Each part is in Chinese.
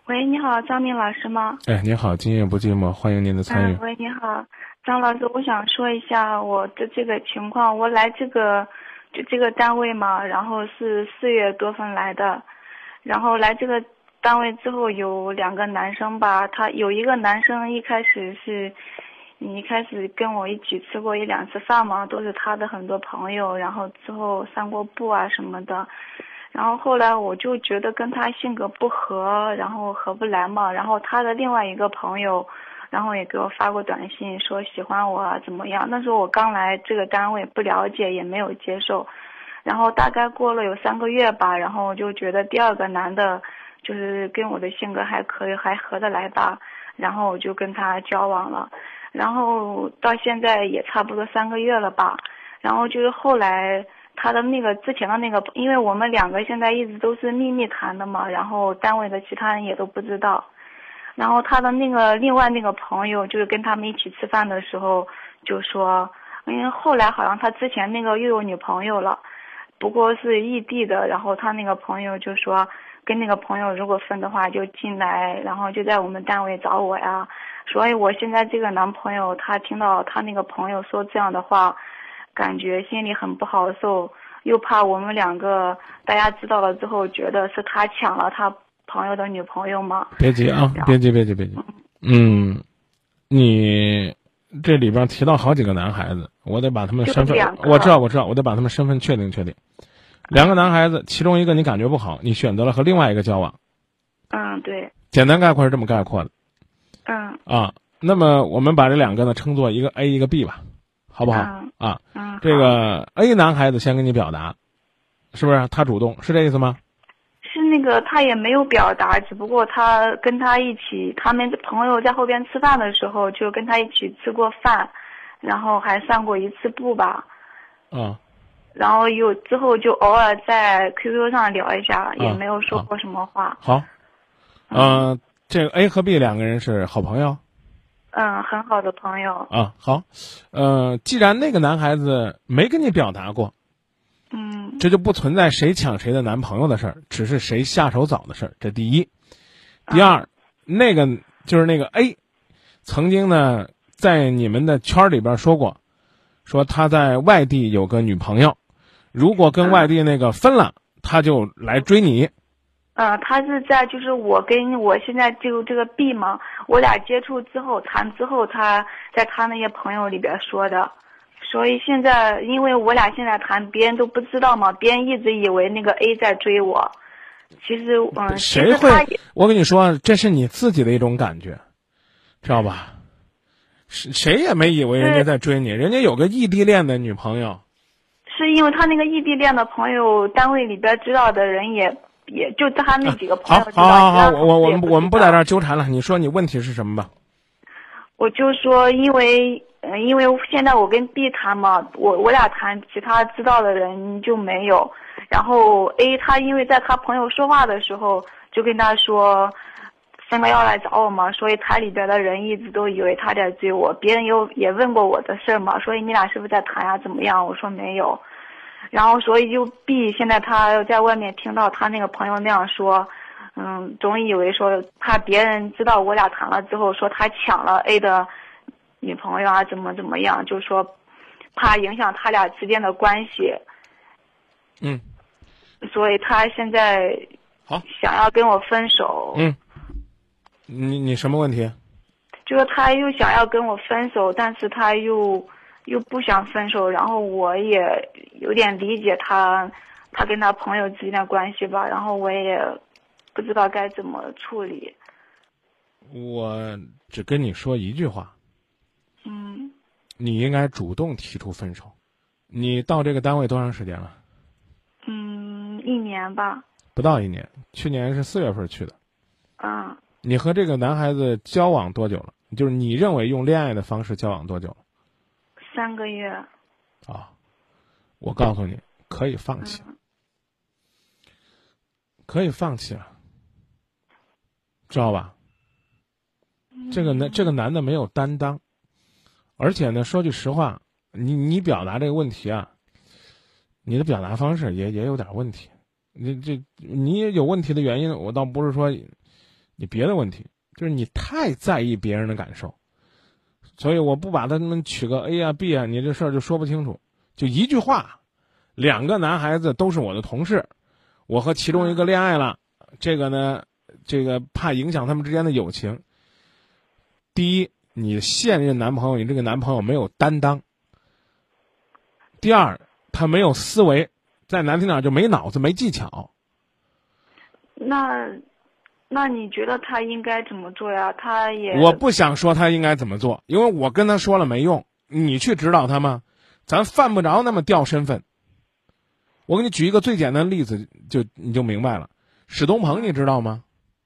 喂，你好，张明老师吗？ 哎，您好，今夜不寂寞，欢迎您的参与。 喂，你好，张老师，我想说一下我的这个情况。我来这个单位嘛，然后是4月多份来的，然后来这个单位之后有2个男生吧，他有一个男生一开始跟我一起吃过1-2次饭嘛，都是他的很多朋友，然后之后散过步啊什么的。然后后来我就觉得跟他性格不合，然后合不来嘛。然后他的另外一个朋友，然后也给我发过短信说喜欢我啊怎么样。那时候我刚来这个单位，不了解也没有接受。然后大概过了有3个月吧，然后我就觉得第2个男的，就是跟我的性格还可以，还合得来吧。然后我就跟他交往了，然后到现在也差不多3个月了吧。然后就是后来。他的那个之前的那个，因为我们2个现在一直都是秘密谈的嘛，然后单位的其他人也都不知道。然后他的那个另外那个朋友，就是跟他们一起吃饭的时候就说，因为后来好像他之前那个又有女朋友了，不过是异地的。然后他那个朋友就说，跟那个朋友如果分的话就进来，然后就在我们单位找我呀。所以我现在这个男朋友，他听到他那个朋友说这样的话，感觉心里很不好受，又怕我们2个大家知道了之后觉得是他抢了他朋友的女朋友嘛。 别急啊，别急。你这里边提到好几个男孩子，我得把他们身份，我知道，我得把他们身份确定。2个男孩子，其中一个你感觉不好，你选择了和另外一个交往。 对。 简单概括是这么概括的。那么我们把这2个呢称作一个 A 一个 B 吧，好不好？这个 A 男孩子先跟你表达，是不是他主动？是这意思吗？ 是那个他也没有表达，只不过他跟他一起，他们朋友在后边吃饭的时候就跟他一起吃过饭，然后还散过1次步吧。然后之后就偶尔在 QQ 上聊一下，也没有说过什么话。 好。这个 A 和 B 2个人是好朋友。 很好的朋友。 好。既然那个男孩子没跟你表达过，这就不存在谁抢谁的男朋友的事儿，只是谁下手早的事儿。这第一。第二，那个就是那个 A， 曾经呢在你们的圈里边说过，说他在外地有个女朋友，如果跟外地那个分了，他就来追你。 他是在就是我跟我现在就这个 B 嘛，我俩接触之后谈之后，他在他那些朋友里边说的。所以现在因为我俩现在谈，别人都不知道嘛，别人一直以为那个 A 在追我。其实谁会？我跟你说，这是你自己的一种感觉，知道吧？谁也没以为人家在追你，人家有个异地恋的女朋友。 是因为他那个异地恋的朋友，单位里边知道的人也就他那几个朋友知道。 好，我们不在这儿纠缠了。你说你问题是什么吧？ 我就说，因为现在我跟 B 谈嘛，我俩谈，其他知道的人就没有。然后 A 他因为在他朋友说话的时候就跟他说分了要来找我嘛，所以台里边的人一直都以为他在追我。别人也问过我的事儿嘛，所以你俩是不是在谈啊？怎么样？我说没有。然后所以就 B 现在他在外面听到他那个朋友那样说，总以为说怕别人知道我俩谈了之后说他抢了 A 的女朋友啊，怎么样，就说怕影响他俩之间的关系。所以他现在想要跟我分手。 你什么问题？ 就是他又想要跟我分手，但是他又不想分手，然后我也有点理解他跟他朋友之间的关系吧，然后我也不知道该怎么处理。 我只跟你说一句话，你应该主动提出分手。你到这个单位多长时间了 ？1年吧。 不到1年，去年是4月份去的。你和这个男孩子交往多久了？就是你认为用恋爱的方式交往多久了 ？3个月。 我告诉你，可以放弃，可以放弃了，知道吧？这个男的没有担当，而且呢，说句实话，你表达这个问题啊，你的表达方式也有点问题。你有问题的原因，我倒不是说你别的问题，就是你太在意别人的感受，所以我不把他们取个 A 啊 B 啊，你这事儿就说不清楚。就一句话，2个男孩子都是我的同事，我和其中一个恋爱了，这个怕影响他们之间的友情。第一，你现任男朋友，你这个男朋友没有担当；第二，他没有思维，再难听点就没脑子没技巧。 那你觉得他应该怎么做呀？ 我不想说他应该怎么做，因为我跟他说了没用，你去指导他吗？咱犯不着那么掉身份。我给你举一个最简单的例子，你就明白了。史东鹏你知道吗？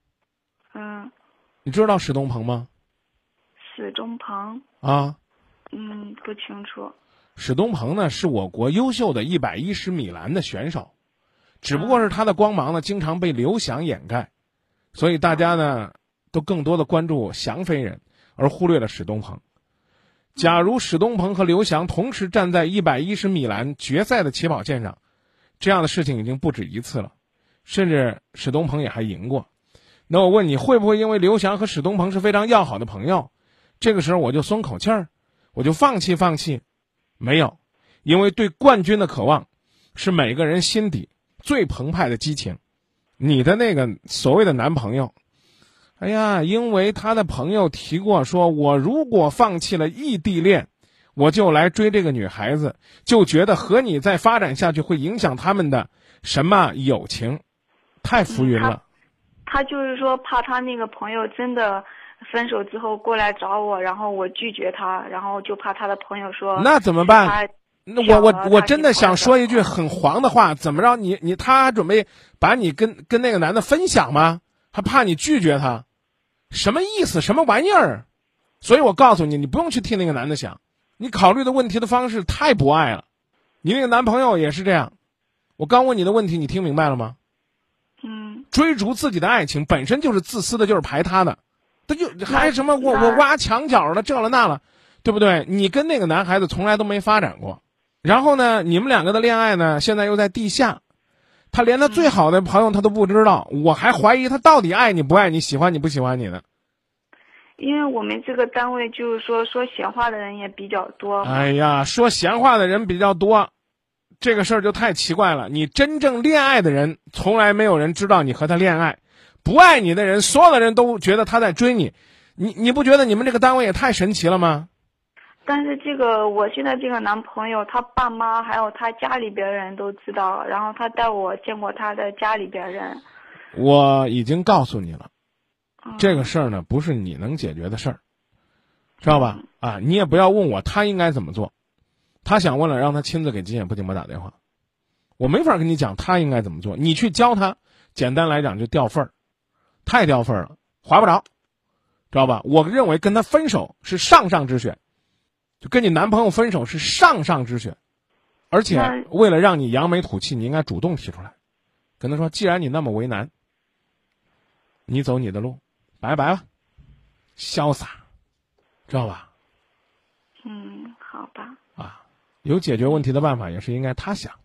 你知道史东鹏吗？ 史东鹏啊？ 不清楚。 史东鹏呢是我国优秀的110米栏的选手，只不过是他的光芒呢经常被刘翔掩盖，所以大家呢都更多的关注翔飞人，而忽略了史东鹏。假如史东鹏和刘翔同时站在110米栏决赛的起跑线上，这样的事情已经不止一次了，甚至史东鹏也还赢过。那我问你，会不会因为刘翔和史东鹏是非常要好的朋友，这个时候我就松口气儿，我就放弃？没有，因为对冠军的渴望是每个人心底最澎湃的激情。你的那个所谓的男朋友，哎呀，因为他的朋友提过，说我如果放弃了异地恋，我就来追这个女孩子，就觉得和你再发展下去会影响他们的什么友情，太浮云了。 他就是说怕他那个朋友真的分手之后过来找我，然后我拒绝他，然后就怕他的朋友说那怎么办？那我真的想说一句很黄的话，怎么着他准备把你跟那个男的分享吗？还怕你拒绝他？什么意思？什么玩意儿？所以我告诉你，你不用去替那个男的想，你考虑的问题的方式太博爱了。你那个男朋友也是这样。我刚问你的问题，你听明白了吗？追逐自己的爱情本身就是自私的，就是排他的，他就还什么我挖墙角了，这了那了，对不对？你跟那个男孩子从来都没发展过，然后呢，你们2个的恋爱呢，现在又在地下，他连他最好的朋友他都不知道，我还怀疑他到底爱你不爱你，喜欢你不喜欢你呢。 因为我们这个单位就是说闲话的人也比较多。 哎呀，说闲话的人比较多，这个事儿就太奇怪了。你真正恋爱的人，从来没有人知道你和他恋爱；不爱你的人，所有的人都觉得他在追你。你不觉得你们这个单位也太神奇了吗？ 但是我现在这个男朋友，他爸妈还有他家里边人都知道，然后他带我见过他的家里边人。 我已经告诉你了，这个事儿呢不是你能解决的事儿，知道吧？你也不要问我他应该怎么做。他想问了，让他亲自给金眼不停波打电话。我没法跟你讲他应该怎么做，你去教他，简单来讲就掉份儿，太掉份儿了，划不着，知道吧？我认为跟他分手是上上之选，就跟你男朋友分手是上上之选，而且为了让你扬眉吐气，你应该主动提出来，跟他说，既然你那么为难，你走你的路，拜拜吧，潇洒，知道吧？ 好吧。 有解决问题的办法，也是应该他想，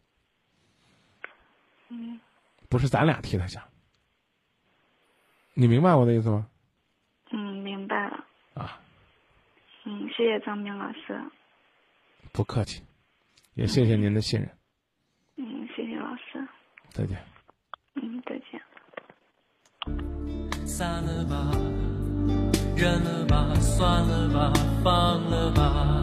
不是咱俩替他想。你明白我的意思吗？ 明白了。谢谢张明老师。 不客气，也谢谢您的信任。 谢谢老师。 再见。 再见。 散了吧，忍了吧，算了吧，放了吧。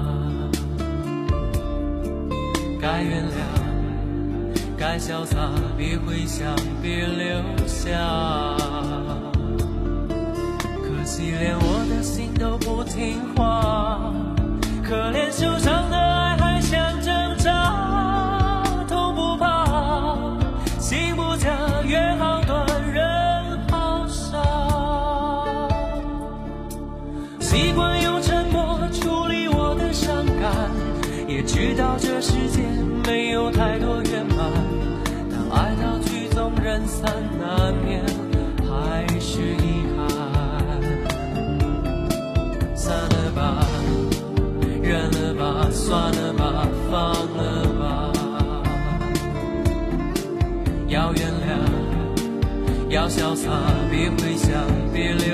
该原谅，该潇洒，别回想，别留下。可惜连我的心都不听话，可怜受伤的爱还想挣扎。痛不怕，心不假，缘好短，人好傻。习惯用沉默处理我的伤感，也知道这世界没有太多圆满，但爱到曲终人散，难免还是遗憾。散了吧，忍了吧，算了吧，放了吧。要原谅，要潇洒，别回想。 别离